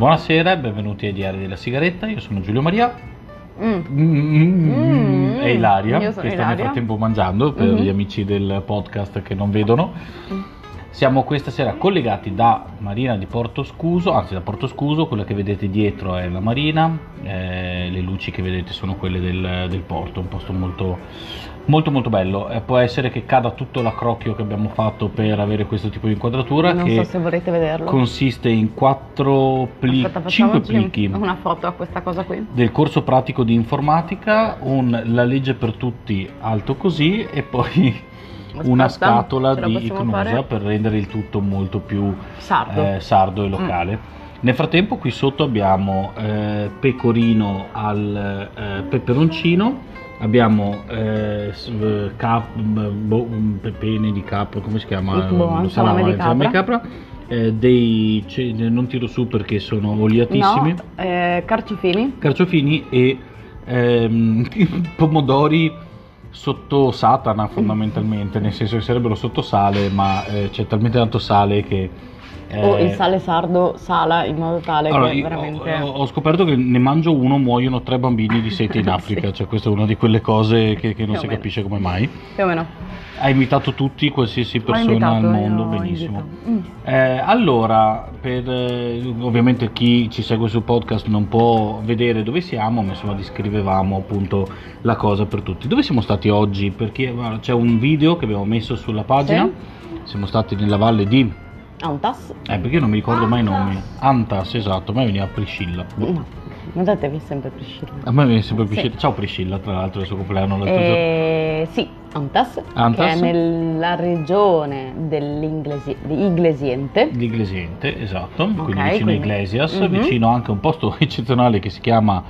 Buonasera e benvenuti ai Diari della Sigaretta, io sono Giulio Maria e Ilaria, Io sono che sta nel Ilaria. frattempo mangiando per gli amici del podcast che non vedono. Siamo questa sera collegati da Marina di Portoscuso, anzi da Portoscuso, quella che vedete dietro è la marina, le luci che vedete sono quelle del porto, un posto molto bello. Può essere che cada tutto l'accrocchio che abbiamo fatto per avere questo tipo di inquadratura, Non che so se vorrete vederlo. consiste in 4 plichi, Aspetta, 5 facciamoci plichi una foto a questa cosa qui. del corso pratico di informatica, la legge per tutti alto così e poi una Aspetta, scatola ce la di possiamo icnosa fare? per rendere il tutto molto più Sardo. e locale. Nel frattempo qui sotto abbiamo pecorino al peperoncino, abbiamo pene di capra, come si chiama? Salame di salame capra. Non tiro su perché sono oliatissimi, No, carciofini e pomodori sotto Satana fondamentalmente, nel senso che sarebbero sotto sale, ma c'è talmente tanto sale che il sale sardo sala in modo tale allora, che io veramente ho scoperto che ne mangio uno, muoiono 3 bambini di sete in Africa. Sì. Cioè questa è una di quelle cose che non Più si o meno. capisce come mai. più o meno. Hai invitato tutti, qualsiasi persona invitato, al mondo, io benissimo. invito. Allora, ovviamente chi ci segue sul podcast non può vedere dove siamo, ma insomma descrivevamo appunto la cosa per tutti. Dove siamo stati oggi? Perché guarda, c'è un video che abbiamo messo sulla pagina. Siamo stati nella valle di Antas? perché io non mi ricordo mai i nomi. Antas, esatto, a me veniva Priscilla. No, notatevi sempre Priscilla. A me viene sempre Sì. Priscilla. Ciao Priscilla, tra l'altro è il suo compleanno l'altro giorno. Sì, Antas, Antas. che è nella regione di Iglesiente. Di Iglesiente, esatto, quindi vicino a quindi- Iglesias, Mhm. vicino anche a un posto eccezionale che si chiama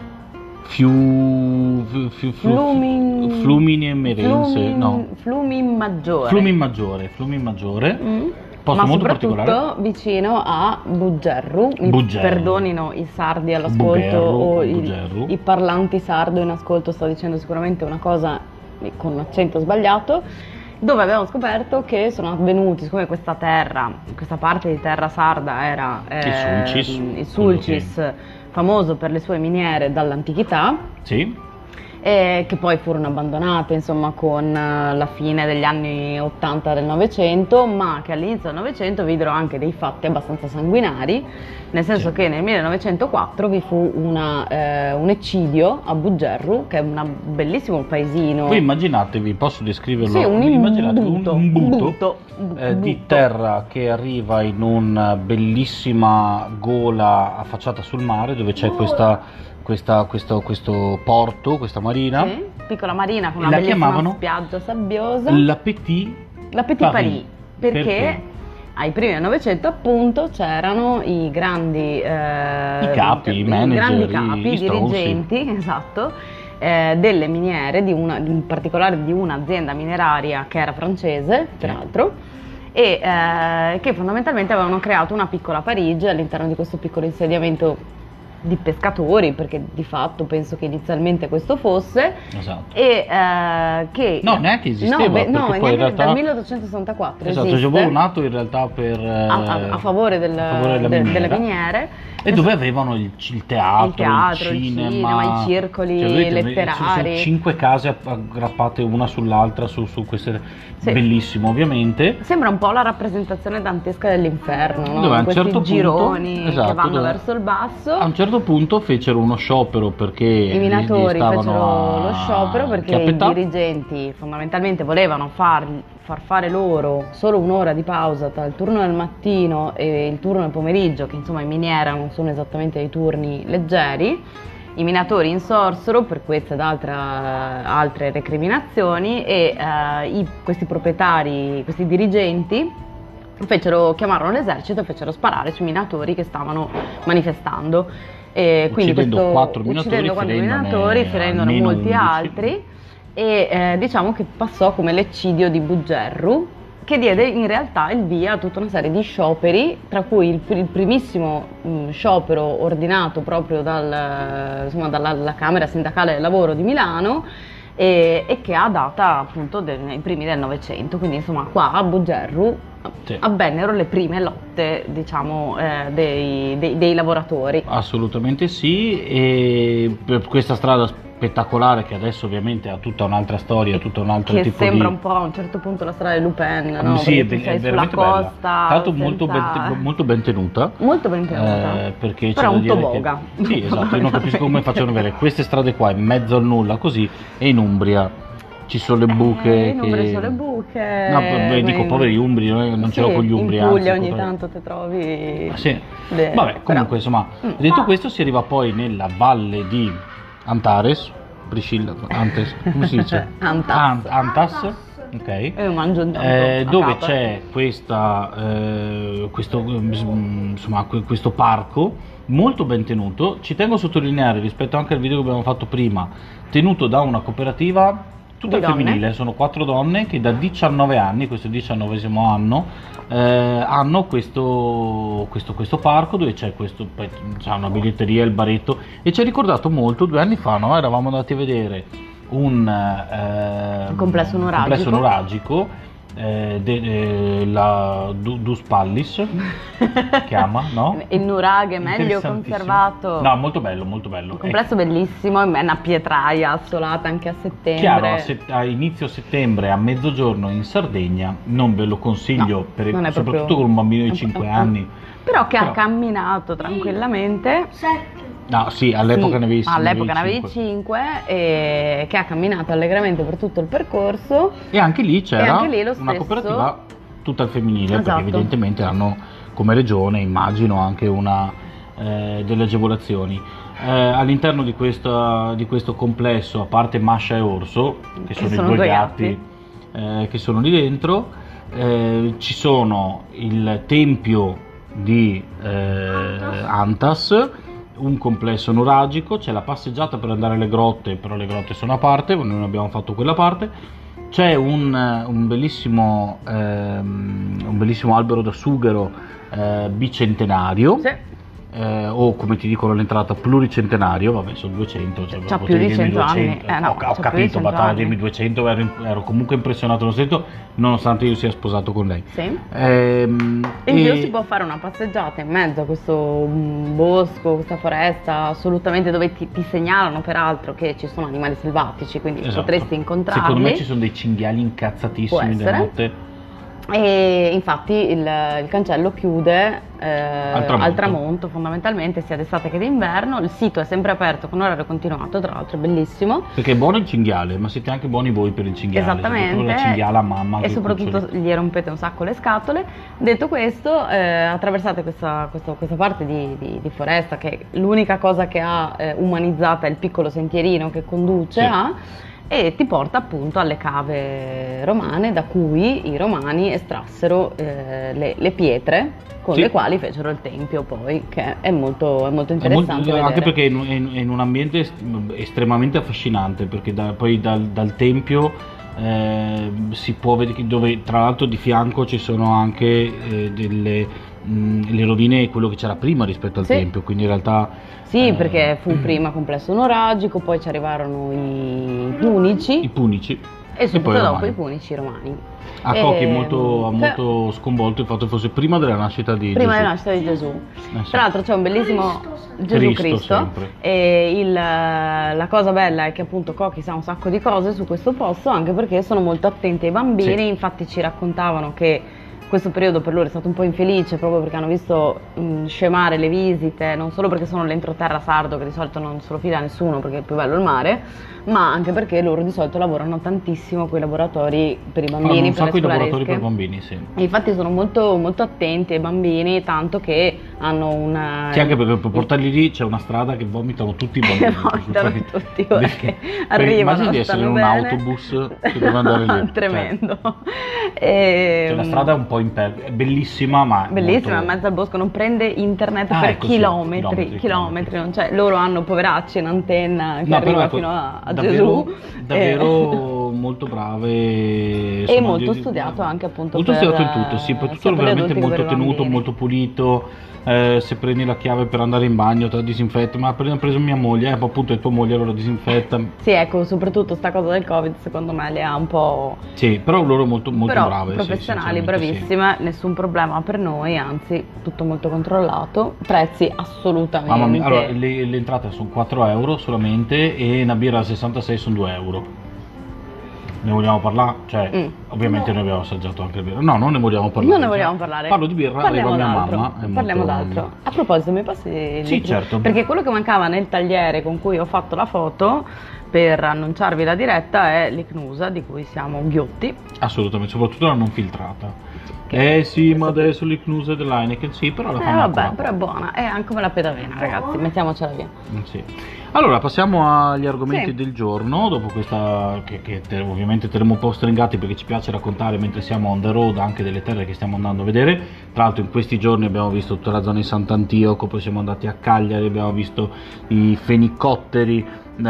Flumini e Merense, no, Flumin Maggiore. Flumin Maggiore, Mm. posto Ma molto soprattutto particolare. vicino a Buggerru. Buggerru. Perdonino i sardi all'ascolto Buggerru, o Buggerru. i parlanti sardo in ascolto, sto dicendo sicuramente una cosa con un accento sbagliato, dove abbiamo scoperto che sono avvenuti, siccome questa parte di terra sarda era il Sulcis, famoso per le sue miniere dall'antichità, Sì, che poi furono abbandonate insomma con la fine degli anni 80 del Novecento, ma che all'inizio del Novecento videro anche dei fatti abbastanza sanguinari, nel senso Sì. che nel 1904 vi fu un eccidio a Buggerru, che è un bellissimo paesino. voi immaginatevi, posso descriverlo? Sì, Immaginatevi un buto buto. di terra che arriva in una bellissima gola affacciata sul mare, dove c'è questo porto, questa marina. Sì, piccola marina con E una la bellissima chiamavano spiaggia sabbiosa. La Petit Paris, perché ai primi del Novecento appunto c'erano i grandi I capi, i manager, grandi capi, i i stronzi. dirigenti, esatto, delle miniere, in particolare di un'azienda mineraria che era francese, peraltro, e che fondamentalmente avevano creato una piccola Parigi all'interno di questo piccolo insediamento di pescatori, perché di fatto penso che inizialmente questo fosse, Esatto. e che No, neanche esisteva, perché poi in neanche realtà dal 1864 Esatto, esiste, c'è proprio nato in realtà per a favore della delle miniera. miniere, E dove avevano il teatro, il cinema, i circoli Cioè, vedete, letterari. sono 5 case aggrappate una sull'altra su queste. Sì. Bellissimo, ovviamente. Sembra un po' la rappresentazione dantesca dell'inferno, no? Dove a un Questi certo punto- gironi esatto, che vanno dove- verso il basso. A un certo punto fecero uno sciopero perché I minatori gli stavano fecero lo sciopero perché i chiappetà. dirigenti fondamentalmente volevano far fare loro solo un'ora di pausa tra il turno del mattino e il turno del pomeriggio, che insomma in miniera non sono esattamente dei turni leggeri. I minatori insorsero per queste ed altre recriminazioni e questi proprietari, questi dirigenti chiamarono l'esercito e fecero sparare sui minatori che stavano manifestando. E quindi Uccidendo 4 uccidendo minatori, ferendone almeno molti 11. altri, e diciamo che passò come l'eccidio di Buggerru, che diede in realtà il via a tutta una serie di scioperi, tra cui il primissimo sciopero ordinato proprio dalla Camera Sindacale del Lavoro di Milano, e che ha data appunto nei primi del Novecento, quindi insomma qua a Buggerru Sì. avvennero le prime lotte, diciamo, dei lavoratori. Assolutamente sì, e per questa strada spettacolare che adesso ovviamente ha tutta un'altra storia, tutta un altro Che tipo sembra di... un po' a un certo punto la strada di Lupin, no? Sì, Perché tu sei sulla veramente bella. costa. Tra l'altro senza- molto ben tenuta. Molto ben tenuta. Perché c'è Però da un dire toboga. che... Sì, esatto, io non capisco come facciano avere queste strade qua in mezzo al nulla così, e in Umbria ci sono le buche In Umbria sono le buche. No, beh, dico poveri umbri, non ce l'ho con gli umbri, in Puglia anzi, ogni tanto ti trovi. Sì. Vabbè, Vabbè, comunque insomma, detto questo si arriva poi nella valle di Antares, Priscilla, Antes, come si dice? Antas. Antas, ok. Io mangio un Dove c'è questo parco molto ben tenuto. Ci tengo a sottolineare, rispetto anche al video che abbiamo fatto prima, tenuto da una cooperativa tutta Di donne. femminile, sono 4 donne che da 19 anni, questo è il 19esimo anno, hanno questo parco dove c'è una biglietteria, il baretto, e ci ha ricordato molto 2 anni fa, no? Eravamo andati a vedere un complesso nuragico. La Dus Pallis chiama, no? Il nuraghe meglio Interessantissimo. conservato. No, molto bello, molto bello. Un complesso bellissimo, è una pietraia assolata anche a settembre. Chiaro, a inizio settembre, a mezzogiorno in Sardegna, non ve lo consiglio, No, non è soprattutto proprio- con un bambino di 5 anni. Però che ha camminato tranquillamente. 7. No, sì, all'epoca Sì, ne avevi all'epoca ne avevi 5. 5 e che ha camminato allegramente per tutto il percorso. E anche lì c'era anche lì lo una stesso. cooperativa tutta al femminile, Esatto. perché evidentemente hanno come regione, immagino, anche delle agevolazioni. All'interno di questo complesso, a parte Mascia e Orso, che sono i due gatti che sono lì dentro, ci sono il tempio di Antas, un complesso nuragico, c'è la passeggiata per andare alle grotte, però le grotte sono a parte, noi non abbiamo fatto quella parte. C'è un bellissimo albero da sughero bicentenario, Sì. o come ti dicono all'entrata pluricentenario, vabbè sono 200, cioè, C'ha potevi più di dirmi 100 anni. 200. No, Ho c'ha più di capito, 100 battaglia anni. dirmi 200, ero comunque impressionato lo stesso, nonostante io sia sposato con lei. Sì. In In più si può fare una passeggiata in mezzo a questo bosco, questa foresta, assolutamente, dove ti segnalano peraltro che ci sono animali selvatici, quindi Esatto. potresti incontrarli. Secondo me ci sono dei cinghiali incazzatissimi Può di essere. notte. E infatti il cancello chiude Al tramonto. fondamentalmente, sia d'estate che d'inverno. Il sito è sempre aperto con orario continuato, tra l'altro è bellissimo. Perché è buono il cinghiale, ma siete anche buoni voi per il cinghiale. Esattamente, soprattutto la cinghiala mamma. e che soprattutto cuccioli. gli rompete un sacco le scatole. Detto questo, attraversate questa parte di foresta, che l'unica cosa che ha umanizzata è il piccolo sentierino che conduce Sì. e ti porta appunto alle cave romane, da cui i romani estrassero le pietre con Sì. le quali fecero il tempio, poi, che è molto È molto- interessante anche vedere. perché è in un ambiente estremamente affascinante, perché poi dal tempio si può vedere, dove tra l'altro di fianco ci sono anche le rovine, quello che c'era prima rispetto al Sì. tempio, quindi in realtà Sì, perché fu prima complesso nuragico, poi ci arrivarono i punici i punici e subito poi i dopo romani. i punici romani. A Cocchi Ehm, ha molto sconvolto il fatto che fosse prima della nascita di Prima Gesù. della nascita di Gesù. Sì. Tra l'altro c'è un bellissimo Gesù Cristo Cristo, sempre. e la cosa bella è che appunto Cocchi sa un sacco di cose su questo posto, anche perché sono molto attenti ai bambini. Sì. Infatti ci raccontavano che questo periodo per loro è stato un po' infelice, proprio perché hanno visto scemare le visite, non solo perché sono l'entroterra sardo, che di solito non se lo fila nessuno perché è più bello il mare, ma anche perché loro di solito lavorano tantissimo con i laboratori per i Fanno bambini, un per le sacco di laboratori scolaresche. per bambini, sì. E infatti sono molto, molto attenti ai bambini, tanto che hanno una... Sì, anche perché per portarli lì c'è una strada che vomitano tutti i bambini. Vomitano tutti, guarda, Perché- arrivano, immagini di essere in stanno un bene. autobus che deve andare lì. Tremendo. Cioè, la strada è un po' è bellissima, ma Bellissima, molto... in mezzo al bosco, non prende internet Ah, per ecco, sì, chilometri, chilometri. non c'è- loro hanno poveracci un'antenna che No, però arriva ecco, fino a davvero, Gesù. davvero molto brave E insomma, molto studiato anche appunto molto per, studiato in tutto, sì, sia tutto per gli veramente adulti che molto per i tenuto, bambini. molto pulito. Se prendi la chiave per andare in bagno te la disinfetti, ma appena preso mia moglie, appunto è tua moglie, allora disinfetta. Sì, ecco, soprattutto sta cosa del Covid secondo me le ha un po'... Sì, però loro molto Però brave, sì, professionali, sinceramente, sì. bravissime, nessun problema per noi, anzi tutto molto controllato, prezzi assolutamente... Mamma mia, allora le entrate sono 4 euro solamente e una birra a 66 sono 2 euro. Ne vogliamo parlare? Cioè, ovviamente noi abbiamo assaggiato anche il birra. No, non ne vogliamo parlare. Non ne vogliamo parlare. Parlo di birra, Parliamo arriva mia d'altro. mamma. è Parliamo molto- d'altro. A proposito, mi passi il Sì, libro? certo. Perché quello che mancava nel tagliere con cui ho fatto la foto per annunciarvi la diretta è l'Icnusa, di cui siamo ghiotti. Assolutamente, soprattutto la non filtrata. Che- Sì, ma adesso l'Icnusa dell'Heineken, sì, però la fanno Vabbè, ancora. però è buona, è anche come la pedavena, ragazzi, mettiamocela via. Sì. Allora, passiamo agli argomenti Sì. del giorno, dopo questa ovviamente terremo un po' stringati perché ci piace raccontare mentre siamo on the road anche delle terre che stiamo andando a vedere. Tra l'altro in questi giorni abbiamo visto tutta la zona di Sant'Antioco, poi siamo andati a Cagliari, abbiamo visto i fenicotteri.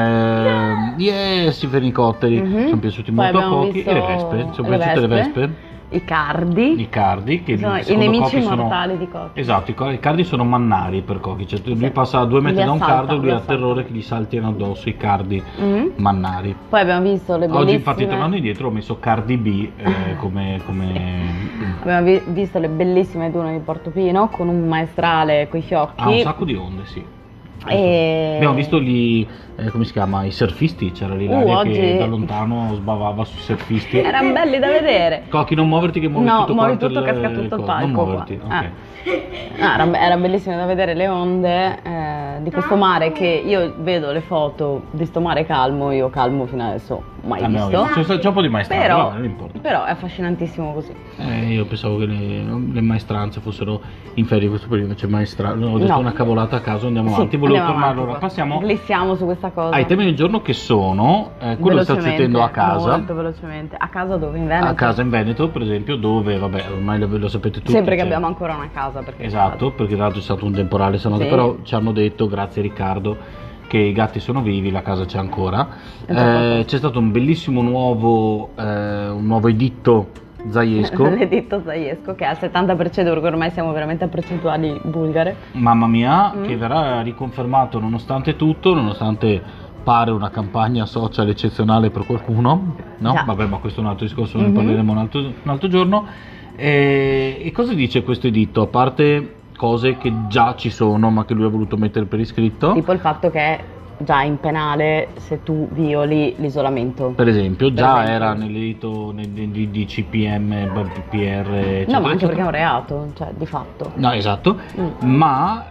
I fenicotteri Mhm. sono piaciuti Poi molto a abbiamo pochi visto e le vespe, sono le piaciute le vespe. vespe? I cardi, I cardi che sono i secondo nemici Cochi sono mortali di Cochi. esatto, i cardi sono mannari per Cochi, cioè lui Sì. passa a 2 metri Li da un assalta, cardo e lui li ha assalta. terrore che gli saltino addosso i cardi Mhm. mannari. Poi abbiamo visto le bellissime... Oggi infatti tornando indietro ho messo Cardi B come Abbiamo visto le bellissime dune di Portofino con un maestrale coi fiocchi. ha un sacco di onde, sì. E- Abbiamo visto lì, come si chiama, i surfisti, c'era l'Ilaria oggi- che da lontano sbavava sui surfisti. Erano belli da vedere. Cochi, non muoverti che muovi No, tutto muovi quanto tutto, casca tutto il palco Non qua. muoverti, ok. Era bellissimo da vedere le onde di questo mare che io vedo le foto di sto mare calmo, io calmo fino adesso mai Abbiamo visto. C'è un po' di maestranza, Però, non importa. però è affascinantissimo così. Io pensavo che le maestranze fossero inferiori a questo periodo, c'è maestranza. Ho detto No. una cavolata a caso, andiamo Sì, avanti. Volevo andiamo tornare, avanti allora qua. passiamo Glissiamo su questa cosa. ai temi del giorno che sono quello che sta Velocemente, succedendo a casa. Molto velocemente. A casa dove? In Veneto? A casa in Veneto, per esempio, dove, vabbè, ormai lo sapete tutti. Sempre che c'è- abbiamo ancora una casa. Perché Esatto, perché tra l'altro è stato un temporale stanotte, Sì. però ci hanno detto, grazie Riccardo, che i gatti sono vivi, la casa c'è ancora. C'è stato un bellissimo un nuovo editto zaiesco. L'editto Zaiesco che è al 70% perché ormai siamo veramente a percentuali bulgare. Mamma mia, Mm. che verrà riconfermato nonostante tutto, nonostante pare una campagna social eccezionale per qualcuno, no? Già. Vabbè, ma questo è un altro discorso, ne Mhm. parleremo un altro giorno. E cosa dice questo editto? A parte cose che già ci sono, ma che lui ha voluto mettere per iscritto. Tipo il fatto che è già in penale se tu violi l'isolamento. Per esempio, già esempio. era nell'editto di CPM, PR, eccetera, No, ma anche eccetera. perché è un reato, cioè di fatto. No, esatto, ma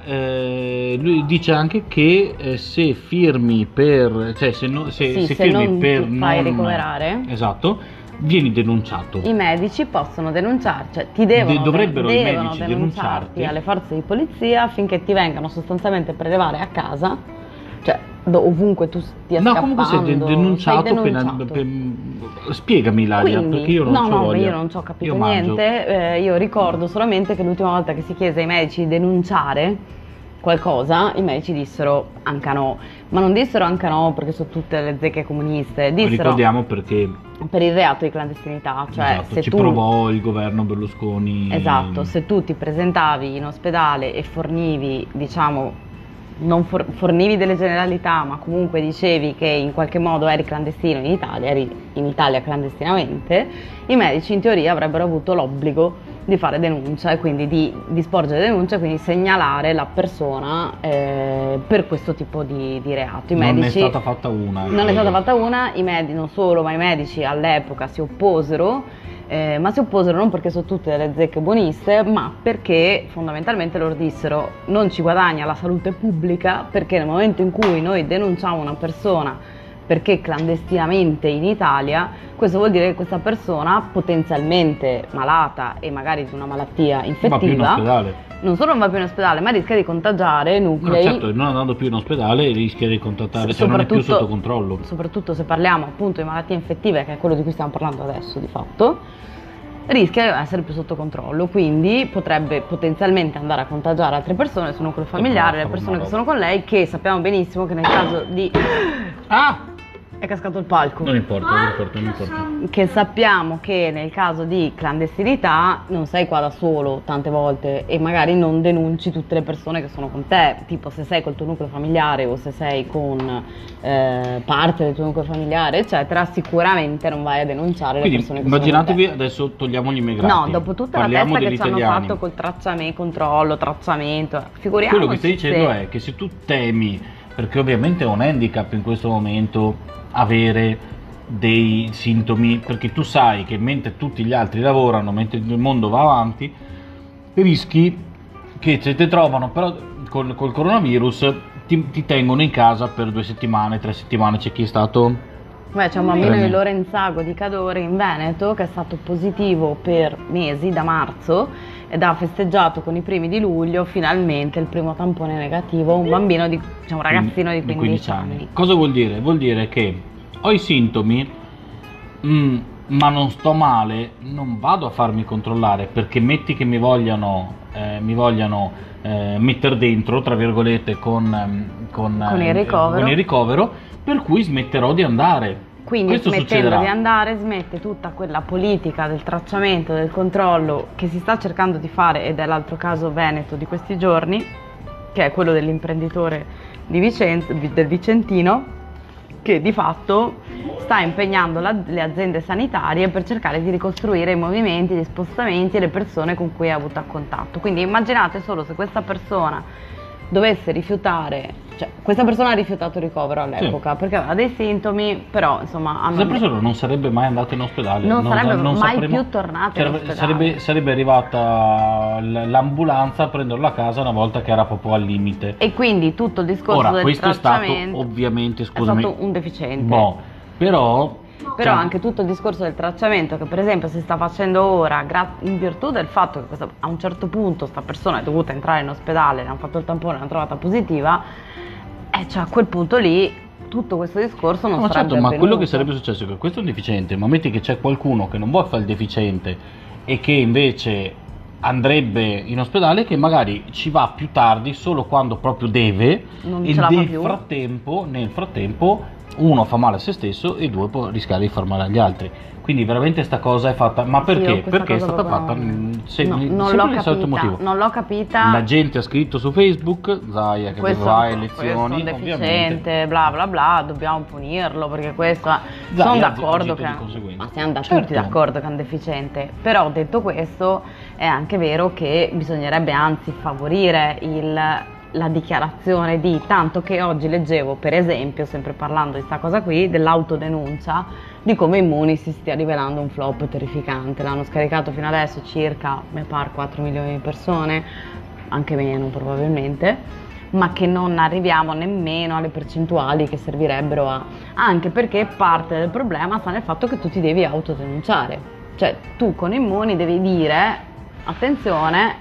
lui dice anche che se firmi per, cioè se, Sì, se se firmi non per ti fai non- ricoverare. esatto, vieni denunciato. I medici possono denunciarci, cioè ti devono, dovrebbero i devono medici denunciarti denunciarti. alle forze di polizia affinché ti vengano sostanzialmente a prelevare a casa, cioè ovunque tu stia No, scappando. comunque sei denunciato, sei denunciato. spiegami Ilaria, Quindi, perché io non no, c'ho no, voglia. io non ci ho capito Io mangio. niente, io ricordo solamente che l'ultima volta che si chiese ai medici di denunciare qualcosa, i medici dissero anche no, ma non dissero anche no perché sono tutte le zecche comuniste, dissero Ricordiamo perché per il reato di clandestinità, cioè esatto, se ci tu provò il governo Berlusconi. esatto, se tu ti presentavi in ospedale e fornivi, diciamo, non fornivi delle generalità, ma comunque dicevi che in qualche modo eri clandestino in Italia, eri in Italia clandestinamente, i medici in teoria avrebbero avuto l'obbligo di fare denuncia e quindi di sporgere denuncia, quindi segnalare la persona per questo tipo di reato. I non medici, è stata fatta una. non è stata fatta una, non solo, ma i medici all'epoca si opposero, ma si opposero non perché sono tutte delle zecche buoniste, ma perché fondamentalmente loro dissero non ci guadagna la salute pubblica, perché nel momento in cui noi denunciamo una persona perché clandestinamente in Italia, questo vuol dire che questa persona potenzialmente malata e magari di una malattia Va più in infettiva ospedale. non solo non va più in ospedale, ma rischia di contagiare No, nuclei. certo, non andando più in ospedale rischia di contattare, cioè non è più sotto controllo. Soprattutto se parliamo appunto di malattie infettive, che è quello di cui stiamo parlando adesso di fatto, rischia di essere più sotto controllo, quindi potrebbe potenzialmente andare a contagiare altre persone, il suo nucleo familiare, le persone che sono con lei, che sappiamo benissimo che nel caso di... Ah! È cascato il palco. Non importa, non importa, non importa. Che sappiamo che nel caso di clandestinità non sei qua da solo tante volte e magari non denunci tutte le persone che sono con te, tipo se sei col tuo nucleo familiare o se sei con parte del tuo nucleo familiare eccetera, sicuramente non vai a denunciare Quindi, le persone che immaginatevi, sono con te. adesso togliamo gli immigrati. No, dopo tutta Parliamo la testa degli che ci hanno italiani. fatto col controllo, tracciamento, figuriamoci. Quello che stai dicendo è che se tu temi, perché ovviamente è un handicap in questo momento avere dei sintomi, perché tu sai che mentre tutti gli altri lavorano, mentre il mondo va avanti, rischi che se ti trovano però col coronavirus ti tengono in casa per 2 settimane, 3 settimane. C'è chi è stato... Beh, c'è un bambino di Lorenzago di Cadore in Veneto che è stato positivo per mesi, da marzo, ed ha festeggiato con i primi di luglio finalmente il primo tampone negativo, un bambino di, cioè un ragazzino di 15 anni. Cosa vuol dire? Vuol dire che ho i sintomi, ma non sto male, non vado a farmi controllare, perché metti che mi vogliano mettere dentro, tra virgolette, con il ricovero, per cui smetterò di andare. Quindi Questo smettendo succederà. di andare smette tutta quella politica del tracciamento, del controllo che si sta cercando di fare, ed è l'altro caso veneto di questi giorni, che è quello dell'imprenditore del Vicentino, che di fatto sta impegnando le aziende sanitarie per cercare di ricostruire i movimenti, gli spostamenti e le persone con cui ha avuto a contatto. Quindi immaginate solo se questa persona dovesse rifiutare, cioè questa persona ha rifiutato il ricovero all'epoca, sì, perché aveva dei sintomi, però insomma questa persona non sarebbe mai andata in ospedale, non sarebbe mai più tornata in ospedale. Sarebbe arrivata l'ambulanza a prenderlo a casa una volta che era proprio al limite. E quindi tutto il discorso Ora, del questo tracciamento è stato ovviamente, scusami, è stato un deficiente. Boh, però anche tutto il discorso del tracciamento che per esempio si sta facendo ora in virtù del fatto che a un certo punto sta persona è dovuta entrare in ospedale, le hanno fatto il tampone, l'hanno trovata positiva, e cioè a quel punto lì tutto questo discorso non sarebbe certo, avvenuto. ma quello che sarebbe successo è che questo è un deficiente, ma metti che c'è qualcuno che non vuole fare il deficiente e che invece andrebbe in ospedale, che magari ci va più tardi solo quando proprio deve, non e ce la fa più. nel frattempo uno fa male a se stesso e 2 può rischiare di far male agli altri. Quindi veramente sta cosa è fatta, ma perché? Sì, perché è stata fatta sempre il solito motivo. Non l'ho capita. La gente ha scritto su Facebook, Zaia che va a elezioni, questo è un ovviamente, deficiente, bla bla bla, dobbiamo punirlo perché questo... Sono d'accordo che... Ma siamo tutti d'accordo che è un deficiente, però detto questo è anche vero che bisognerebbe anzi favorire la dichiarazione di, tanto che oggi leggevo per esempio, sempre parlando di sta cosa qui, dell'autodenuncia, di come Immuni si stia rivelando un flop terrificante. L'hanno scaricato fino adesso circa, mi pare, 4 milioni di persone, anche meno probabilmente, ma che non arriviamo nemmeno alle percentuali che servirebbero anche perché parte del problema sta nel fatto che tu ti devi autodenunciare, cioè tu con Immuni devi dire attenzione,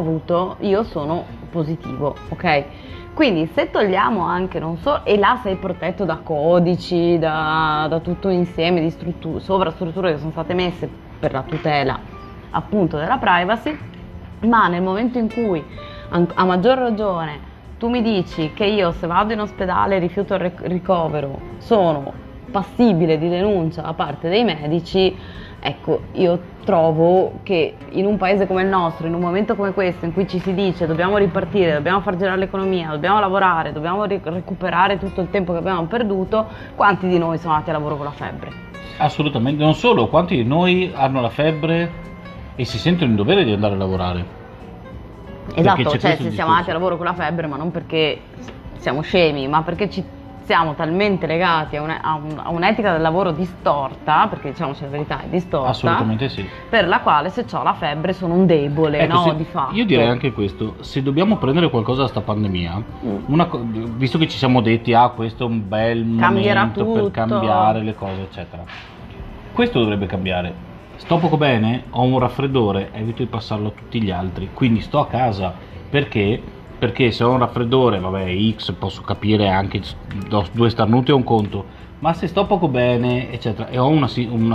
io sono positivo, ok? Quindi se togliamo anche, non so, e là sei protetto da codici, da tutto un insieme di sovrastrutture che sono state messe per la tutela appunto della privacy, ma nel momento in cui a maggior ragione tu mi dici che io se vado in ospedale e rifiuto il ricovero sono passibile di denuncia da parte dei medici, ecco, io trovo che in un paese come il nostro, in un momento come questo in cui ci si dice dobbiamo ripartire, dobbiamo far girare l'economia, dobbiamo lavorare, dobbiamo recuperare tutto il tempo che abbiamo perduto, quanti di noi sono andati a lavoro con la febbre? Assolutamente, non solo, quanti di noi hanno la febbre e si sentono in dovere di andare a lavorare? Esatto, cioè se siamo andati a lavoro con la febbre, ma non perché siamo scemi, ma perché siamo talmente legati a un'etica del lavoro distorta, perché diciamoci la verità, è distorta. Assolutamente sì. Per la quale se ho la febbre sono un debole, ecco, no? Di fatto. Io direi anche questo, se dobbiamo prendere qualcosa da sta pandemia, visto che ci siamo detti, questo è un bel momento per cambiare le cose, eccetera. Questo dovrebbe cambiare. Sto poco bene, ho un raffreddore, evito di passarlo a tutti gli altri, quindi sto a casa. Perché se ho un raffreddore, vabbè, X, posso capire anche 2 starnuti è un conto, ma se sto poco bene, eccetera, e ho una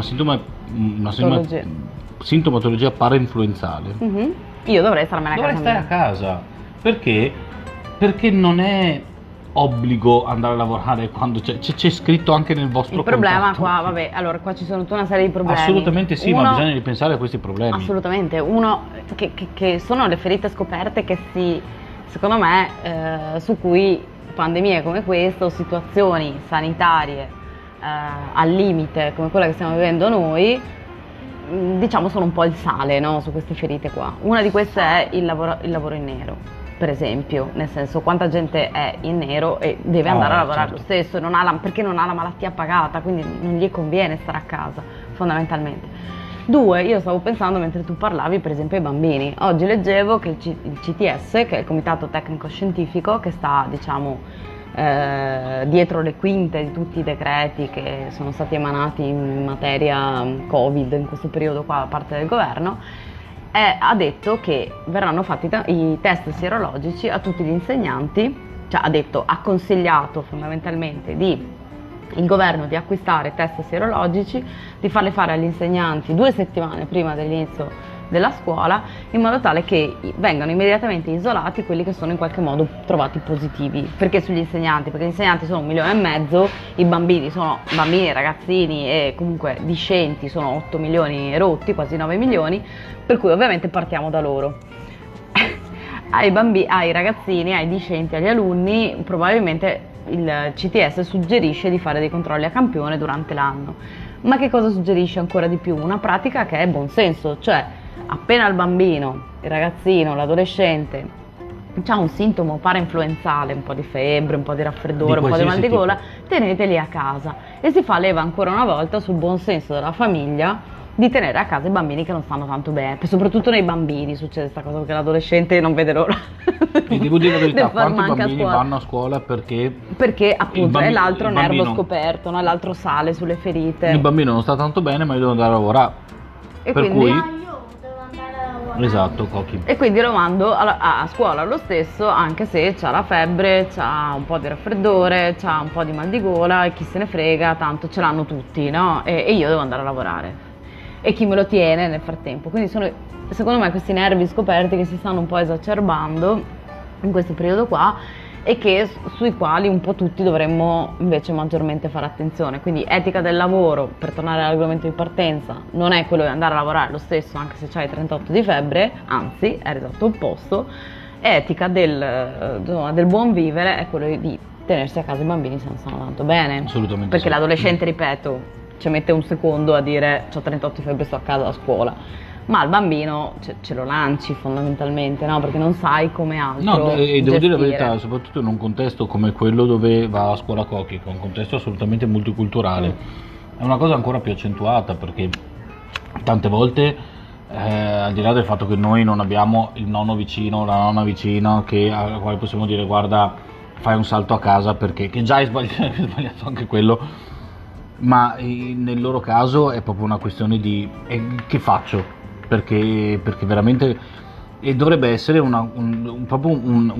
sintomatologia parainfluenzale, io dovrei starmene a casa. Dovrei stare a casa, perché non è obbligo andare a lavorare quando c'è scritto anche nel vostro il problema contratto? qua, vabbè, allora qua ci sono tutta una serie di problemi. Assolutamente sì, Uno, ma bisogna ripensare a questi problemi. assolutamente, uno che sono le ferite scoperte che secondo me, su cui pandemie come questa o situazioni sanitarie al limite come quella che stiamo vivendo noi, diciamo sono un po' il sale, no? Su queste ferite qua. Una di queste è il lavoro in nero, per esempio, nel senso quanta gente è in nero e deve andare a lavorare lo stesso, perché non ha la malattia pagata, quindi non gli conviene stare a casa, fondamentalmente. Due, io stavo pensando mentre tu parlavi per esempio ai bambini. Oggi leggevo che il CTS, che è il Comitato Tecnico Scientifico, che sta diciamo dietro le quinte di tutti i decreti che sono stati emanati in materia Covid in questo periodo qua da parte del governo, ha detto che verranno fatti i test sierologici a tutti gli insegnanti, cioè ha consigliato fondamentalmente il governo di acquistare test sierologici, di farli fare agli insegnanti 2 settimane prima dell'inizio della scuola, in modo tale che vengano immediatamente isolati quelli che sono in qualche modo trovati positivi. Perché sugli insegnanti? Perché gli insegnanti sono 1,5 milioni, i bambini sono bambini, ragazzini e comunque discenti sono 8 milioni rotti, quasi 9 milioni, per cui ovviamente partiamo da loro. Ai ragazzini, ai discenti, agli alunni probabilmente il CTS suggerisce di fare dei controlli a campione durante l'anno. Ma che cosa suggerisce ancora di più? Una pratica che è buonsenso, cioè appena il bambino, il ragazzino, l'adolescente ha un sintomo parainfluenzale, un po' di febbre, un po' di raffreddore, un po' di mal di gola, teneteli a casa. E si fa leva ancora una volta sul buonsenso della famiglia di tenere a casa i bambini che non stanno tanto bene, soprattutto nei bambini succede questa cosa, perché l'adolescente non vede l'ora. E devo dire la verità, quanti bambini vanno a scuola perché appunto è l'altro nervo scoperto, no? L'altro sale sulle ferite. Il bambino non sta tanto bene, ma io devo andare a lavorare. E per quindi, cui io devo andare a lavorare. esatto, Cochi. E quindi lo mando a scuola lo stesso, anche se c'ha la febbre, c'ha un po' di raffreddore, c'ha un po' di mal di gola e chi se ne frega, tanto ce l'hanno tutti, no? E io devo andare a lavorare. E chi me lo tiene nel frattempo. Quindi sono, secondo me, questi nervi scoperti che si stanno un po' esacerbando in questo periodo qua e sui quali un po' tutti dovremmo invece maggiormente fare attenzione. Quindi etica del lavoro, per tornare all'argomento di partenza, non è quello di andare a lavorare lo stesso anche se c'hai 38 di febbre, anzi è l'esatto opposto. Etica del buon vivere è quello di tenersi a casa i bambini se non stanno tanto bene. Assolutamente. Perché sì. L'adolescente, ripeto, ci mette un secondo a dire c'ho 38 di febbre, sto a casa a scuola, ma al bambino ce lo lanci fondamentalmente, no? Perché non sai come altro No, e devo dire la gestire. verità, soprattutto in un contesto come quello dove va a scuola Cochi, che è un contesto assolutamente multiculturale, è una cosa ancora più accentuata, perché tante volte, al di là del fatto che noi non abbiamo il nonno vicino, la nonna vicina, alla quale possiamo dire guarda, fai un salto a casa, perché che già è sbagliato anche quello, ma nel loro caso è proprio una questione di che faccio, perché veramente dovrebbe essere proprio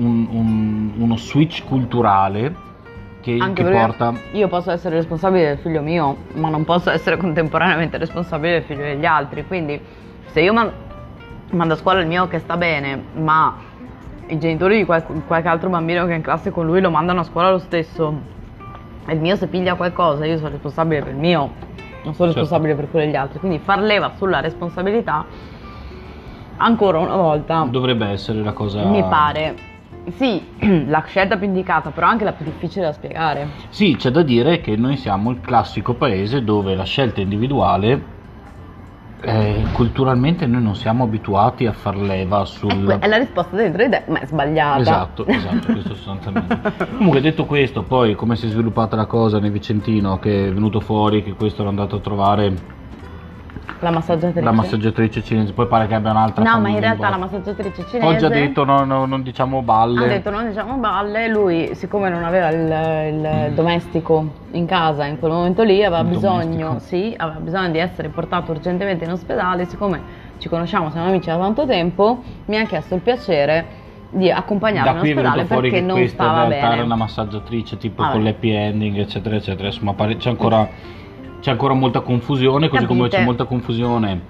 uno switch culturale che porta. Io posso essere responsabile del figlio mio, ma non posso essere contemporaneamente responsabile del figlio degli altri, quindi se io mando a scuola il mio che sta bene, ma i genitori di qualche altro bambino che è in classe con lui lo mandano a scuola lo stesso, e il mio se piglia qualcosa io sono responsabile per il mio, non sono responsabile per quello degli altri, quindi far leva sulla responsabilità ancora una volta dovrebbe essere la cosa, mi pare, sì, la scelta più indicata, però anche la più difficile da spiegare. Sì, c'è da dire che noi siamo il classico paese dove la scelta individuale, culturalmente noi non siamo abituati a far leva È la risposta dentro di te, ma è sbagliata. Esatto, questo sostanzialmente. Comunque, detto questo, poi come si è sviluppata la cosa nel Vicentino, che è venuto fuori che questo era andato a trovare la massaggiatrice cinese, poi pare che abbia un'altra no, famiglia. ma in realtà la massaggiatrice cinese Oggi ha detto no, non diciamo balle. Ha detto non diciamo balle, lui siccome non aveva il domestico in casa in quel momento lì aveva bisogno di essere portato urgentemente in ospedale, siccome ci conosciamo, siamo amici da tanto tempo, mi ha chiesto il piacere di accompagnarlo in ospedale perché non stava bene. Era una massaggiatrice tipo con l'happy ending eccetera eccetera, insomma c'è ancora molta confusione, così come c'è molta confusione.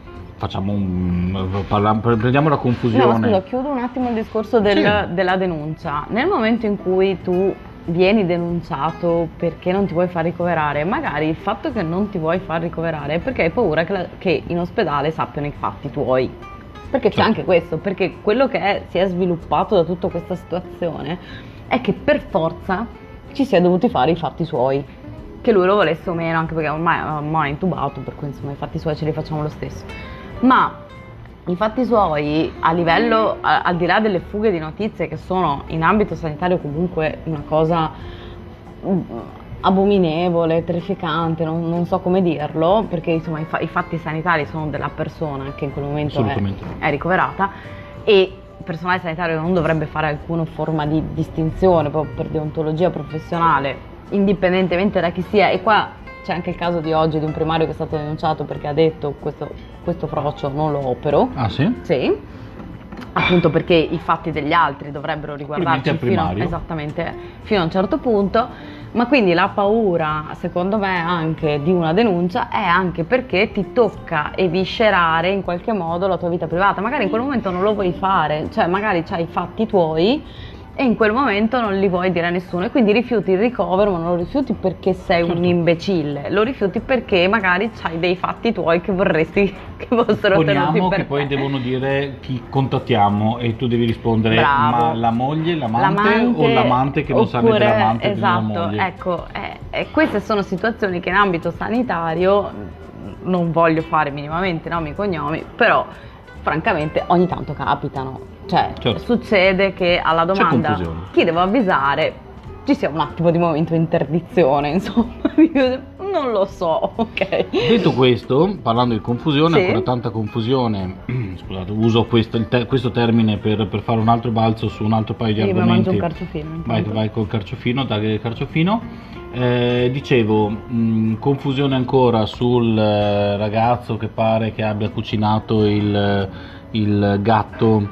Prendiamo la confusione. No, ma scusa, chiudo un attimo il discorso della denuncia. Nel momento in cui tu vieni denunciato perché non ti vuoi far ricoverare, magari il fatto che non ti vuoi far ricoverare è perché hai paura che in ospedale sappiano i fatti tuoi. Perché c'è Certo. anche questo, perché quello che si è sviluppato da tutta questa situazione è che per forza ci si è dovuti fare i fatti suoi, che lui lo volesse o meno, anche perché ormai è intubato, per cui insomma i fatti suoi ce li facciamo lo stesso. Ma i fatti suoi a livello, al di là delle fughe di notizie che sono in ambito sanitario comunque una cosa abominevole, terrificante, non so come dirlo, perché insomma i fatti sanitari sono della persona che in quel momento Assolutamente. è ricoverata, e il personale sanitario non dovrebbe fare alcuna forma di distinzione proprio per deontologia professionale, indipendentemente da chi sia. E qua c'è anche il caso di oggi di un primario che è stato denunciato perché ha detto questo frocio non lo opero. Ah sì? Sì, appunto perché i fatti degli altri dovrebbero riguardarci Complimenti al primario. esattamente fino a un certo punto. Ma quindi la paura, secondo me, anche di una denuncia è anche perché ti tocca eviscerare in qualche modo la tua vita privata. Magari in quel momento non lo vuoi fare, cioè magari c'hai i fatti tuoi e in quel momento non li vuoi dire a nessuno e quindi rifiuti il ricovero, ma non lo rifiuti perché sei un imbecille, lo rifiuti perché magari c'hai dei fatti tuoi che vorresti che fossero tenuti Poniamo per che poi te. devono dire chi contattiamo e tu devi rispondere Bravo. ma la moglie, l'amante o l'amante che non sa né oppure- dell'amante né della esatto, moglie. ecco, queste sono situazioni che in ambito sanitario non voglio fare minimamente nomi e cognomi, però francamente ogni tanto capitano. Cioè, Certo. succede che alla domanda confusione. chi devo avvisare ci sia un attimo di momento di interdizione, insomma, non lo so, ok. Detto questo, parlando di confusione, Sì. ancora tanta confusione, scusate, uso questo termine per fare un altro balzo su un altro paio di Io mi argomenti. mangio un carciofino intanto. Vai col carciofino, taglia del carciofino. Dicevo, confusione ancora sul ragazzo che pare che abbia cucinato il gatto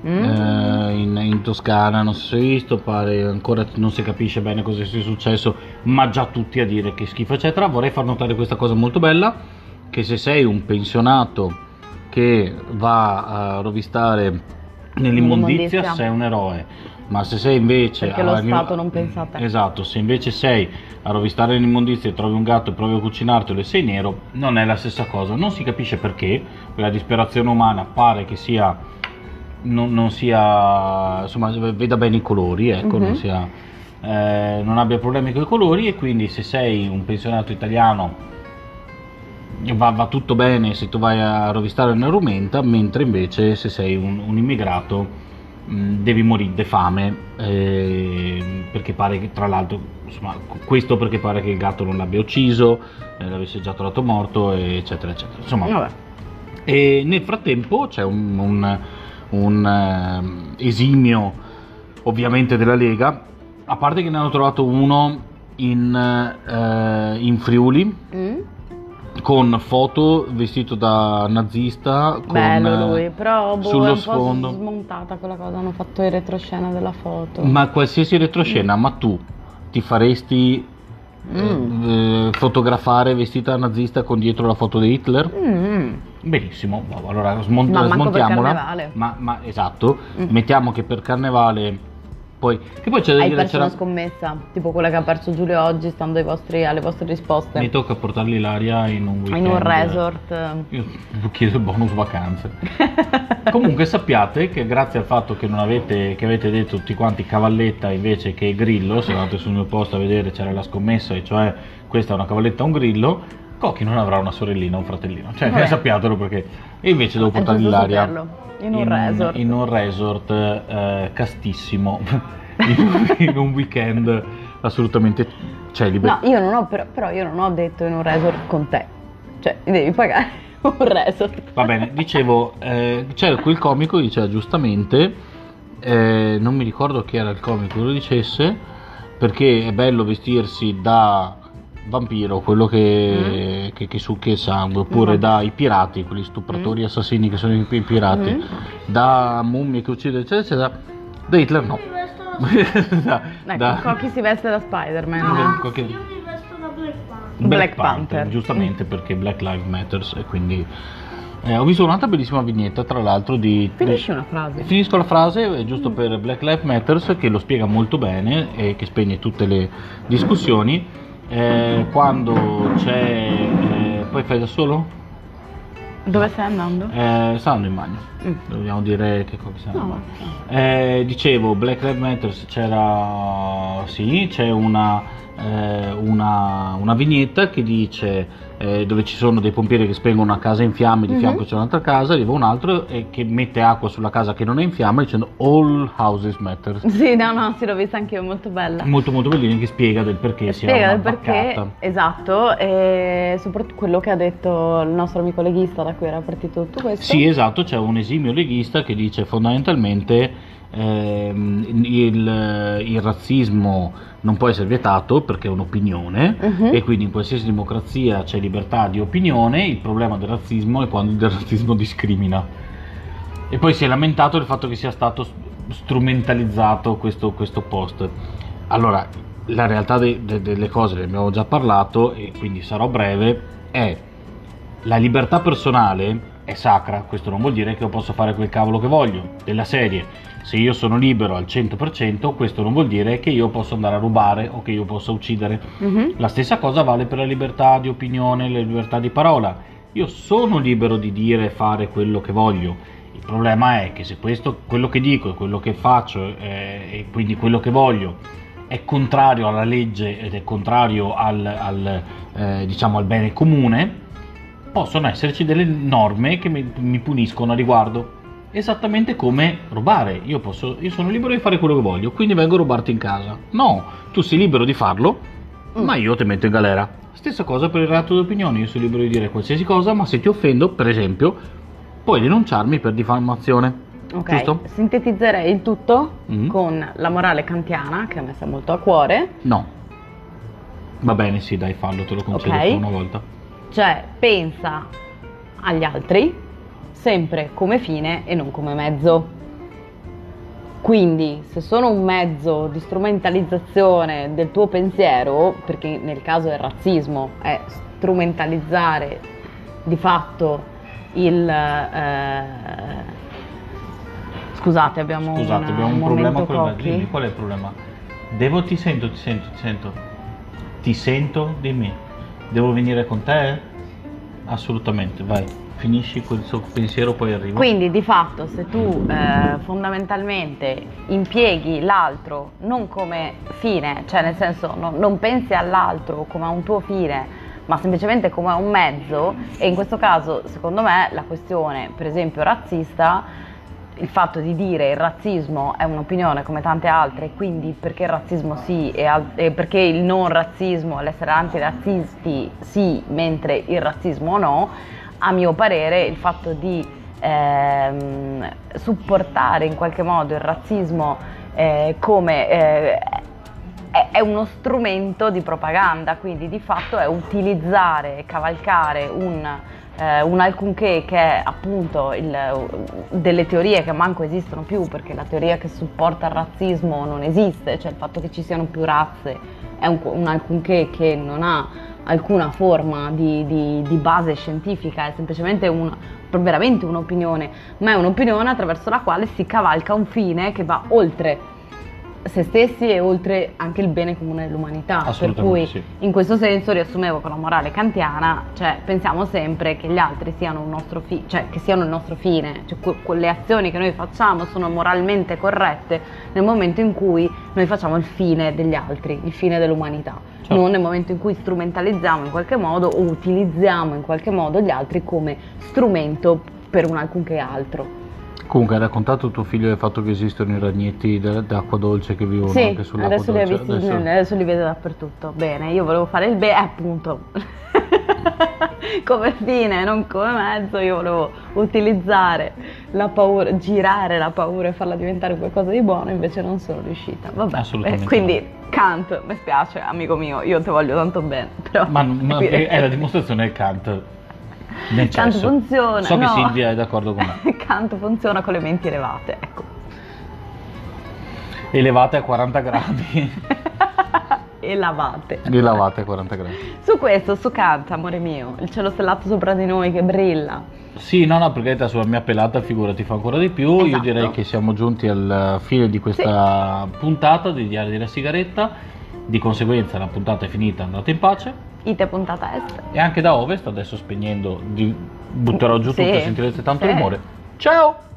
in Toscana, non si è visto, pare ancora non si capisce bene cosa sia successo, ma già tutti a dire che schifo eccetera. Vorrei far notare questa cosa molto bella, che se sei un pensionato che va a rovistare nell'immondizia Nell'immondizia. sei un eroe, ma se sei invece Perché lo Stato non pensa a te. esatto, se invece sei a rovistare nell'immondizia e trovi un gatto e provi a cucinartelo e sei nero, non è la stessa cosa, non si capisce perché, la disperazione umana pare che sia non sia, insomma, veda bene i colori, ecco, Mhm. non abbia problemi con i colori, e quindi se sei un pensionato italiano va tutto bene se tu vai a rovistare una rumenta, mentre invece se sei un immigrato devi morire di fame, perché pare che, tra l'altro, insomma, questo perché pare che il gatto non l'abbia ucciso, l'avesse già trovato morto, eccetera eccetera, insomma. Vabbè. E nel frattempo c'è un esimio, ovviamente, della Lega, a parte che ne hanno trovato uno in Friuli Mm? con foto vestito da nazista, con, Bello lui, però è sullo un po' sfondo. smontata quella cosa, hanno fatto il retroscena della foto. Ma qualsiasi retroscena, ma tu ti faresti fotografare vestita da nazista con dietro la foto di Hitler? Mm. Benissimo, allora Ma manco per smontiamola. carnevale. Ma esatto, mettiamo che per carnevale poi, che poi c'è da Hai dire, perso una scommessa, tipo quella che ha perso Giulio oggi, stando alle vostre risposte. mi tocca portargli l'aria in un weekend, In un resort. Io chiedo il bonus vacanze. Comunque sappiate che grazie al fatto che non avete, che avete detto tutti quanti cavalletta invece che grillo, se andate sul mio post a vedere c'era la scommessa, e cioè questa è una cavalletta o un grillo, Cocchi non avrà una sorellina o un fratellino, cioè Vabbè. sappiatelo, perché e invece devo È portargli giusto l'aria saperlo. In un resort. castissimo, in un weekend assolutamente celibe. No, io non ho, però io non ho detto in un resort con te. Cioè, devi pagare un resort. Va bene, dicevo, c'era quel comico che diceva giustamente, non mi ricordo chi era il comico che lo dicesse, perché è bello vestirsi da vampiro, quello che succhia il sangue, oppure dai pirati, quegli stupratori assassini che sono i pirati, da mummie che uccidono, eccetera, eccetera. Da Hitler no. Ecco, Cocchi si veste da Spider-Man. Cocchi- Io mi vesto da Black Panther. Black Panther. giustamente, perché Black Lives Matters, e quindi Ho visto un'altra bellissima vignetta, tra l'altro, Finisci una frase. Finisco la frase, giusto per Black Lives Matter, che lo spiega molto bene e che spegne tutte le discussioni. Quando c'è... poi fai da solo? Dove stai andando? Sta andando in bagno. Dobbiamo dire che cosa sta andando. No. Dicevo, Black Lives Matter c'era... Sì, c'è una vignetta che dice dove ci sono dei pompieri che spengono una casa in fiamme, di fianco c'è un'altra casa, arriva un altro che mette acqua sulla casa che non è in fiamme dicendo all houses matter. Sì, sì, l'ho vista anch'io, molto bella. Molto molto bellina, che spiega del perché sia Spiega una del perché, vaccata. esatto, e soprattutto quello che ha detto il nostro amico leghista da cui era partito tutto questo. Sì, esatto, c'è un esimio leghista che dice fondamentalmente il razzismo non può essere vietato perché è un'opinione e quindi in qualsiasi democrazia c'è libertà di opinione. Il problema del razzismo è quando il razzismo discrimina, e poi si è lamentato del fatto che sia stato strumentalizzato questo post. Allora, la realtà delle cose, ne abbiamo già parlato e quindi sarò breve, è la libertà personale è sacra. Questo non vuol dire che io posso fare quel cavolo che voglio, della serie. Se io sono libero al 100%, questo non vuol dire che io posso andare a rubare o che io possa uccidere. La stessa cosa vale per la libertà di opinione, la libertà di parola. Io sono libero di dire e fare quello che voglio. Il problema è che se quello che dico e quello che faccio e quindi quello che voglio è contrario alla legge ed è contrario diciamo al bene comune, possono esserci delle norme che mi puniscono a riguardo. Esattamente come rubare. Io sono libero di fare quello che voglio, quindi vengo a rubarti in casa. No, tu sei libero di farlo, ma io ti metto in galera. Stessa cosa per il reato di opinione. Io sono libero di dire qualsiasi cosa, ma se ti offendo, per esempio, puoi denunciarmi per diffamazione. Ok, Giusto? sintetizzerei il tutto con la morale kantiana, che a me sta molto a cuore. No. Va bene, sì, dai, fallo, te lo concedo Ok. per una volta. Cioè, pensa agli altri sempre come fine e non come mezzo. Quindi, se sono un mezzo di strumentalizzazione del tuo pensiero, perché nel caso del razzismo è strumentalizzare di fatto Scusate, abbiamo un problema con il cocchi. dimmi, qual è il problema? Ti sento, dimmi. Devo venire con te? Assolutamente, vai, finisci quel suo pensiero, poi arrivo. Quindi di fatto se tu fondamentalmente impieghi l'altro non come fine, cioè nel senso non pensi all'altro come a un tuo fine, ma semplicemente come a un mezzo, e in questo caso secondo me la questione per esempio razzista, il fatto di dire il razzismo è un'opinione come tante altre, quindi perché il razzismo sì e perché il non razzismo, l'essere antirazzisti sì, mentre il razzismo no, a mio parere il fatto di supportare in qualche modo il razzismo come è uno strumento di propaganda, quindi di fatto è utilizzare e cavalcare un alcunché che è appunto delle teorie che manco esistono più, perché la teoria che supporta il razzismo non esiste, cioè il fatto che ci siano più razze è un alcunché che non ha alcuna forma di base scientifica, è semplicemente veramente un'opinione, ma è un'opinione attraverso la quale si cavalca un fine che va oltre se stessi e oltre anche il bene comune dell'umanità, per cui sì. In questo senso riassumevo con la morale kantiana, cioè pensiamo sempre che gli altri siano un nostro cioè che siano il nostro fine, cioè quelle azioni che noi facciamo sono moralmente corrette nel momento in cui noi facciamo il fine degli altri, il fine dell'umanità, certo. Non nel momento in cui strumentalizziamo in qualche modo o utilizziamo in qualche modo gli altri come strumento per un alcunché altro. Comunque hai raccontato tuo figlio del fatto che esistono i ragnetti d'acqua dolce che vivono sì, anche sull'acqua dolce? Adesso li vedo dappertutto. Bene, io volevo fare il bene, appunto, come fine, non come mezzo, io volevo utilizzare la paura, girare la paura e farla diventare qualcosa di buono, invece non sono riuscita. Vabbè, assolutamente quindi Kant, mi spiace, amico mio, io ti voglio tanto bene, però... Ma è la dimostrazione del Kant. Kant funziona. So che Silvia è d'accordo con me. Kant funziona con le menti elevate, ecco. Elevate a 40 gradi. e lavate. Li lavate a 40 gradi. Su questo, su Kant, amore mio, il cielo stellato sopra di noi che brilla. Sì, no, no, perché sulla mia pelata figura ti fa ancora di più. Io Esatto. direi che siamo giunti al fine di questa puntata di Diario della Sigaretta. Di conseguenza la puntata è finita, andate in pace. Ite puntata est. E anche da Ovest, adesso spegnendo, butterò giù Sì, tutto, sentirete tanto sì. rumore. Ciao!